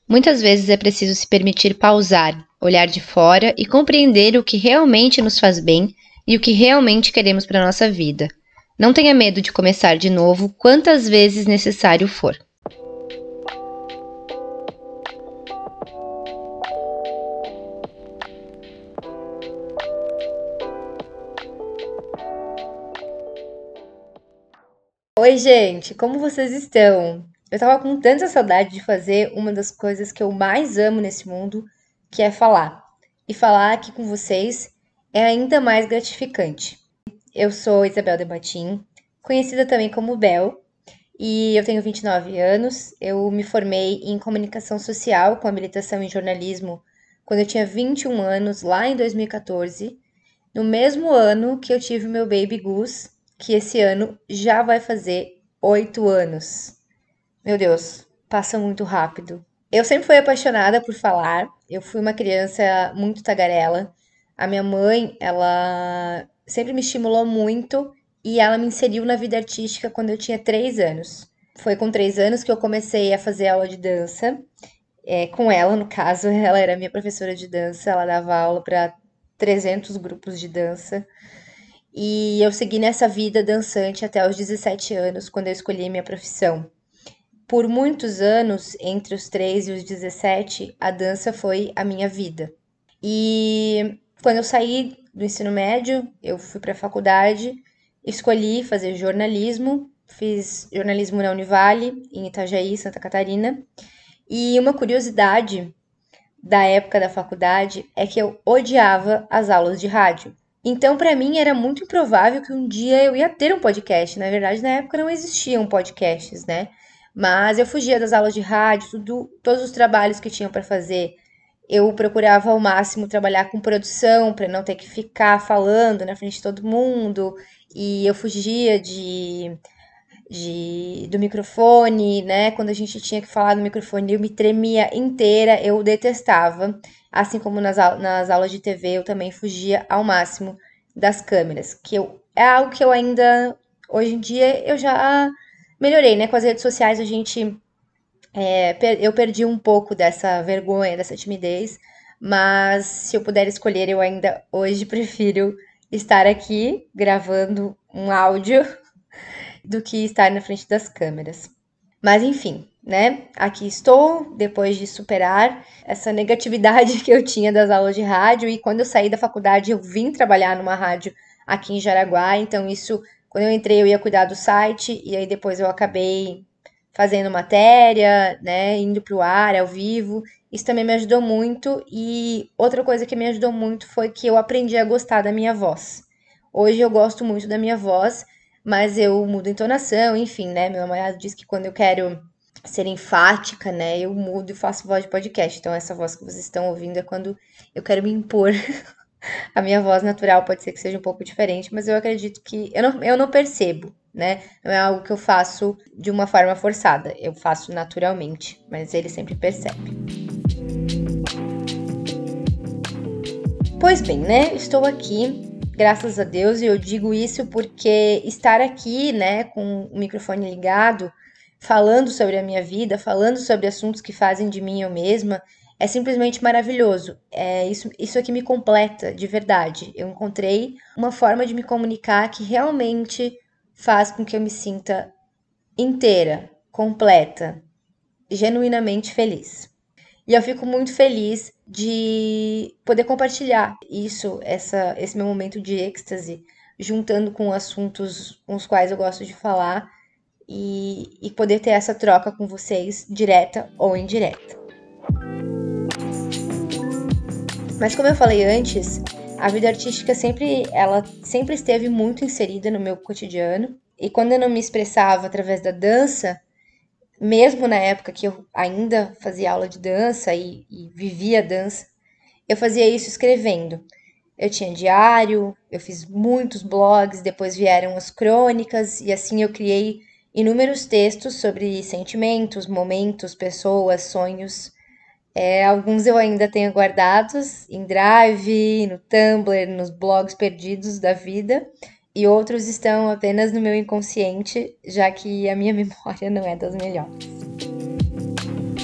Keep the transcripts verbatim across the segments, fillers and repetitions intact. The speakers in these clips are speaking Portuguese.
Muitas vezes é preciso se permitir pausar, olhar de fora e compreender o que realmente nos faz bem e o que realmente queremos para a nossa vida. Não tenha medo de começar de novo quantas vezes necessário for. Oi, gente, como vocês estão? Eu tava com tanta saudade de fazer uma das coisas que eu mais amo nesse mundo, que é falar. E falar aqui com vocês é ainda mais gratificante. Eu sou Isabel Debatim, conhecida também como Bel, e eu tenho vinte e nove anos. Eu me formei em comunicação social com habilitação em jornalismo quando eu tinha vinte e um anos, lá em dois mil e quatorze, no mesmo ano que eu tive meu baby Gus, que esse ano já vai fazer oito anos. Meu Deus, passa muito rápido. Eu sempre fui apaixonada por falar. Eu fui uma criança muito tagarela. A minha mãe, ela sempre me estimulou muito e ela me inseriu na vida artística quando eu tinha três anos. Foi com três anos que eu comecei a fazer aula de dança, é, com ela, no caso. Ela era minha professora de dança, ela dava aula para trezentos grupos de dança. E eu segui nessa vida dançante até os dezessete anos, quando eu escolhi minha profissão. Por muitos anos, entre os três e os dezessete, a dança foi a minha vida. E quando eu saí do ensino médio, eu fui para a faculdade, escolhi fazer jornalismo, fiz jornalismo na Univale, em Itajaí, Santa Catarina. E uma curiosidade da época da faculdade é que eu odiava as aulas de rádio. Então, para mim, era muito improvável que um dia eu ia ter um podcast. Na verdade, na época não existiam podcasts, né? Mas eu fugia das aulas de rádio, tudo, todos os trabalhos que tinham para fazer. Eu procurava ao máximo trabalhar com produção para não ter que ficar falando na frente de todo mundo. E eu fugia de de, do microfone, né? Quando a gente tinha que falar no microfone, eu me tremia inteira, eu detestava. Assim como nas, nas aulas de T V, eu também fugia ao máximo das câmeras, que eu, é algo que eu ainda, hoje em dia, eu já melhorei, né? Com as redes sociais, a gente, é, per, eu perdi um pouco dessa vergonha, dessa timidez, mas se eu puder escolher, eu ainda hoje prefiro estar aqui gravando um áudio do que estar na frente das câmeras. Mas enfim, né? Aqui estou, depois de superar essa negatividade que eu tinha das aulas de rádio. E quando eu saí da faculdade, eu vim trabalhar numa rádio aqui em Jaraguá. Então, isso, quando eu entrei, eu ia cuidar do site. E aí depois eu acabei fazendo matéria, né? Indo para o ar, ao vivo. Isso também me ajudou muito. E outra coisa que me ajudou muito foi que eu aprendi a gostar da minha voz. Hoje eu gosto muito da minha voz, mas eu mudo a entonação, enfim, né? Meu namorado diz que quando eu quero ser enfática, né, eu mudo e faço voz de podcast. Então, essa voz que vocês estão ouvindo é quando eu quero me impor. A minha voz natural pode ser que seja um pouco diferente, mas eu acredito que eu não, eu não percebo, né? Não é algo que eu faço de uma forma forçada, eu faço naturalmente, mas ele sempre percebe. Pois bem, né? Estou aqui, graças a Deus, e eu digo isso porque estar aqui, né, com o microfone ligado, falando sobre a minha vida, falando sobre assuntos que fazem de mim eu mesma, é simplesmente maravilhoso. É isso, isso aqui me completa de verdade. Eu encontrei uma forma de me comunicar que realmente faz com que eu me sinta inteira, completa, genuinamente feliz. E eu fico muito feliz de poder compartilhar isso, essa, esse meu momento de êxtase, juntando com assuntos com os quais eu gosto de falar e, e poder ter essa troca com vocês, direta ou indireta. Mas como eu falei antes, a vida artística sempre, ela sempre esteve muito inserida no meu cotidiano. E quando eu não me expressava através da dança, mesmo na época que eu ainda fazia aula de dança e, e vivia dança, eu fazia isso escrevendo. Eu tinha diário, eu fiz muitos blogs, depois vieram as crônicas e assim eu criei inúmeros textos sobre sentimentos, momentos, pessoas, sonhos. É, alguns eu ainda tenho guardados em Drive, no Tumblr, nos blogs perdidos da vida, e outros estão apenas no meu inconsciente, já que a minha memória não é das melhores.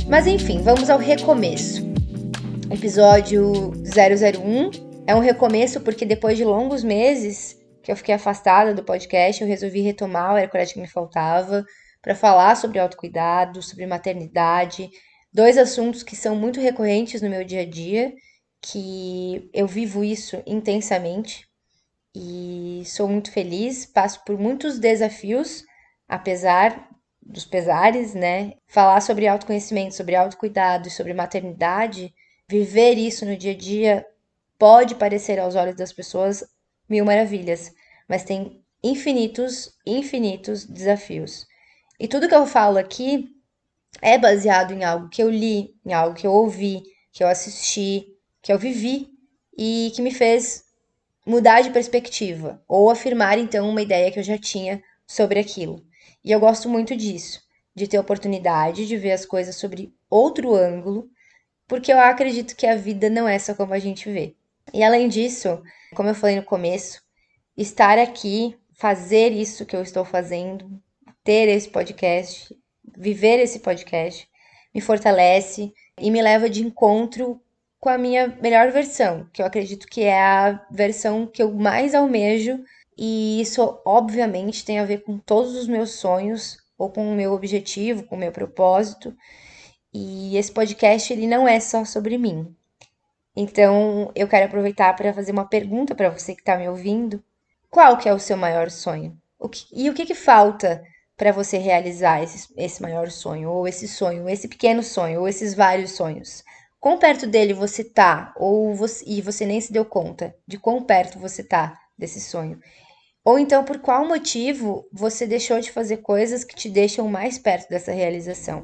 Mas enfim, vamos ao recomeço. Episódio zero zero um é um recomeço porque depois de longos meses que eu fiquei afastada do podcast, eu resolvi retomar o Era Coragem que me faltava para falar sobre autocuidado, sobre maternidade, dois assuntos que são muito recorrentes no meu dia a dia, que eu vivo isso intensamente e sou muito feliz, passo por muitos desafios, apesar dos pesares, né? Falar sobre autoconhecimento, sobre autocuidado e sobre maternidade, viver isso no dia a dia pode parecer aos olhos das pessoas mil maravilhas, mas tem infinitos, infinitos desafios. E tudo que eu falo aqui é baseado em algo que eu li, em algo que eu ouvi, que eu assisti, que eu vivi e que me fez mudar de perspectiva ou afirmar então uma ideia que eu já tinha sobre aquilo. E eu gosto muito disso, de ter a oportunidade de ver as coisas sobre outro ângulo, porque eu acredito que a vida não é só como a gente vê. E além disso, como eu falei no começo, estar aqui, fazer isso que eu estou fazendo, ter esse podcast, viver esse podcast, me fortalece e me leva de encontro com a minha melhor versão, que eu acredito que é a versão que eu mais almejo, e isso obviamente tem a ver com todos os meus sonhos, ou com o meu objetivo, com o meu propósito. E esse podcast ele não é só sobre mim. Então, eu quero aproveitar para fazer uma pergunta para você que está me ouvindo. Qual que é o seu maior sonho? O que, e o que, que falta para você realizar esse, esse maior sonho, ou esse sonho, esse pequeno sonho, ou esses vários sonhos? Quão perto dele você tá, ou você, e você nem se deu conta de quão perto você tá desse sonho? Ou então, por qual motivo você deixou de fazer coisas que te deixam mais perto dessa realização?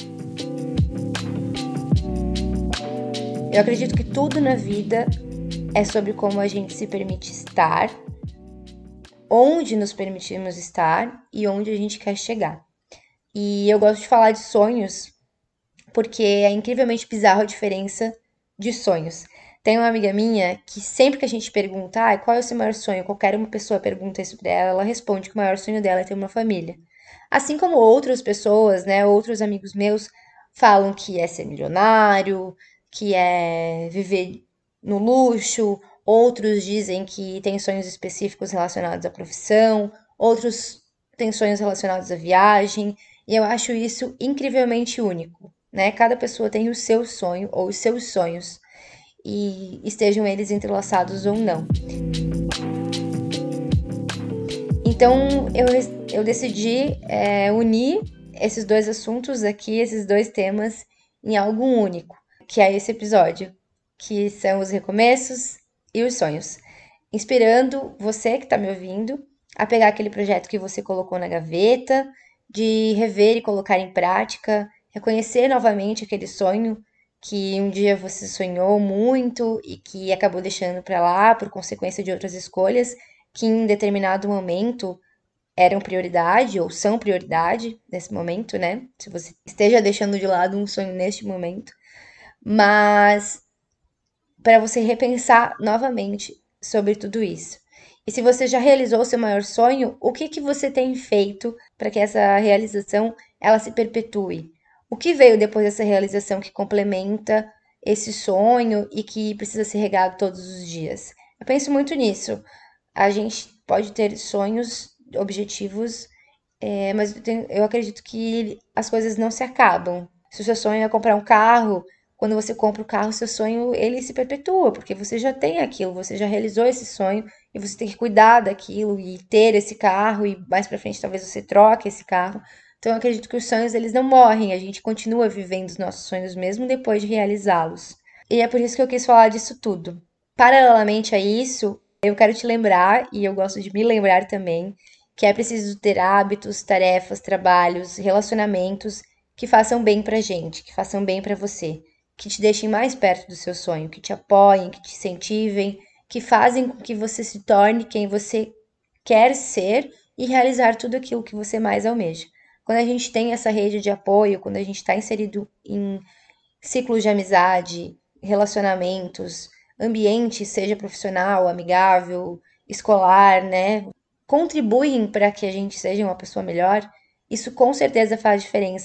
Eu acredito que tudo na vida é sobre como a gente se permite estar, onde nos permitimos estar e onde a gente quer chegar. E eu gosto de falar de sonhos porque é incrivelmente bizarro a diferença de sonhos. Tem uma amiga minha que sempre que a gente pergunta ah, qual é o seu maior sonho, qualquer uma pessoa pergunta isso pra ela, ela responde que o maior sonho dela é ter uma família. Assim como outras pessoas, né, outros amigos meus falam que é ser milionário, que é viver no luxo, outros dizem que tem sonhos específicos relacionados à profissão, outros têm sonhos relacionados à viagem, e eu acho isso incrivelmente único, né? Cada pessoa tem o seu sonho ou os seus sonhos, e estejam eles entrelaçados ou não. Então eu, eu decidi é, unir esses dois assuntos aqui, esses dois temas, em algo único, que é esse episódio, que são os recomeços e os sonhos. Inspirando você que está me ouvindo a pegar aquele projeto que você colocou na gaveta, de rever e colocar em prática, reconhecer novamente aquele sonho que um dia você sonhou muito e que acabou deixando para lá por consequência de outras escolhas que em determinado momento eram prioridade ou são prioridade nesse momento, né? Se você esteja deixando de lado um sonho neste momento, mas para você repensar novamente sobre tudo isso. E se você já realizou o seu maior sonho, o que que você tem feito para que essa realização ela se perpetue? O que veio depois dessa realização que complementa esse sonho e que precisa ser regado todos os dias? Eu penso muito nisso. A gente pode ter sonhos, objetivos, é, mas eu, tenho, eu acredito que as coisas não se acabam. Se o seu sonho é comprar um carro, quando você compra o carro, seu sonho ele se perpetua, porque você já tem aquilo, você já realizou esse sonho e você tem que cuidar daquilo e ter esse carro e mais para frente talvez você troque esse carro. Então eu acredito que os sonhos eles não morrem, a gente continua vivendo os nossos sonhos mesmo depois de realizá-los. E é por isso que eu quis falar disso tudo. Paralelamente a isso, eu quero te lembrar, e eu gosto de me lembrar também, que é preciso ter hábitos, tarefas, trabalhos, relacionamentos que façam bem pra gente, que façam bem pra você, que te deixem mais perto do seu sonho, que te apoiem, que te incentivem, que fazem com que você se torne quem você quer ser e realizar tudo aquilo que você mais almeja. Quando a gente tem essa rede de apoio, quando a gente está inserido em ciclos de amizade, relacionamentos, ambiente, seja profissional, amigável, escolar, né? Contribuem para que a gente seja uma pessoa melhor, isso com certeza faz diferença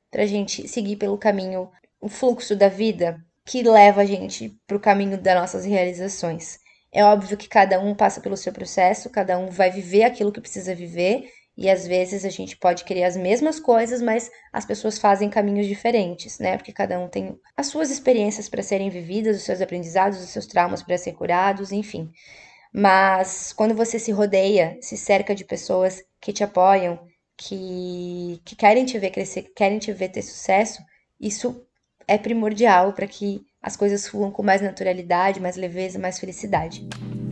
pra gente seguir pelo caminho, o fluxo da vida que leva a gente pro caminho das nossas realizações. É óbvio que cada um passa pelo seu processo, cada um vai viver aquilo que precisa viver, e às vezes a gente pode querer as mesmas coisas, mas as pessoas fazem caminhos diferentes, né? Porque cada um tem as suas experiências para serem vividas, os seus aprendizados, os seus traumas para ser curados, enfim. Mas quando você se rodeia, se cerca de pessoas que te apoiam, que, que querem te ver crescer, que querem te ver ter sucesso, isso é primordial para que as coisas fluam com mais naturalidade, mais leveza, mais felicidade.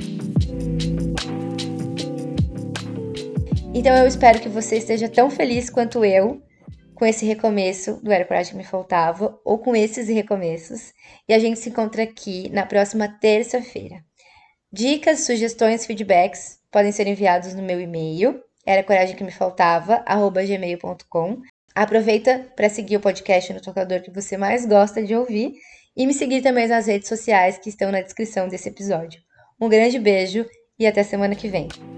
Então eu espero que você esteja tão feliz quanto eu com esse recomeço do Era Coragem que Me Faltava, ou com esses recomeços. E a gente se encontra aqui na próxima terça-feira. Dicas, sugestões, feedbacks podem ser enviados no meu e-mail, era coragem que me faltava, arroba gmail ponto com. Aproveita para seguir o podcast no tocador que você mais gosta de ouvir e me seguir também nas redes sociais que estão na descrição desse episódio. Um grande beijo e até semana que vem.